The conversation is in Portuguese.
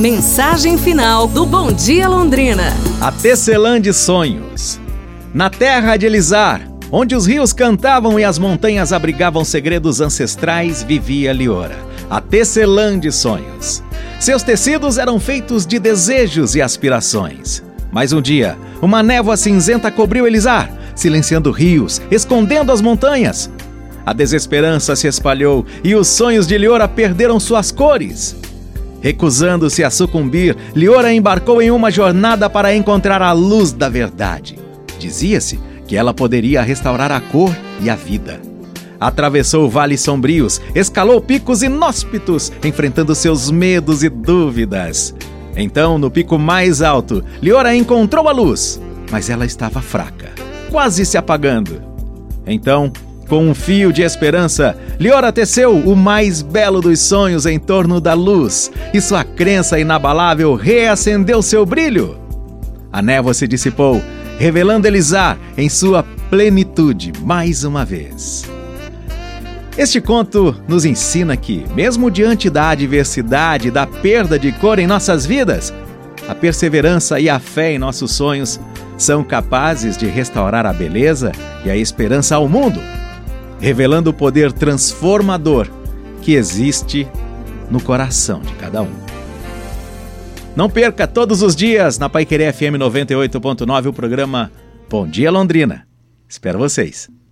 Mensagem final do Bom Dia Londrina. A tecelã de sonhos. Na terra de Elizar, onde os rios cantavam e as montanhas abrigavam segredos ancestrais, vivia Liora, a tecelã de sonhos. Seus tecidos eram feitos de desejos e aspirações. Mas um dia, uma névoa cinzenta cobriu Elizar, silenciando rios, escondendo as montanhas. A desesperança se espalhou e os sonhos de Liora perderam suas cores. Recusando-se a sucumbir, Liora embarcou em uma jornada para encontrar a luz da verdade. Dizia-se que ela poderia restaurar a cor e a vida. Atravessou vales sombrios, escalou picos inóspitos, enfrentando seus medos e dúvidas. Então, no pico mais alto, Liora encontrou a luz, mas ela estava fraca, quase se apagando. Então, com um fio de esperança, Liora teceu o mais belo dos sonhos em torno da luz, e sua crença inabalável reacendeu seu brilho. A névoa se dissipou, revelando Elizar em sua plenitude mais uma vez. Este conto nos ensina que, mesmo diante da adversidade e da perda de cor em nossas vidas, a perseverança e a fé em nossos sonhos são capazes de restaurar a beleza e a esperança ao mundo, revelando o poder transformador que existe no coração de cada um. Não perca todos os dias na Paiquerê FM 98.9 o programa Bom Dia Londrina. Espero vocês.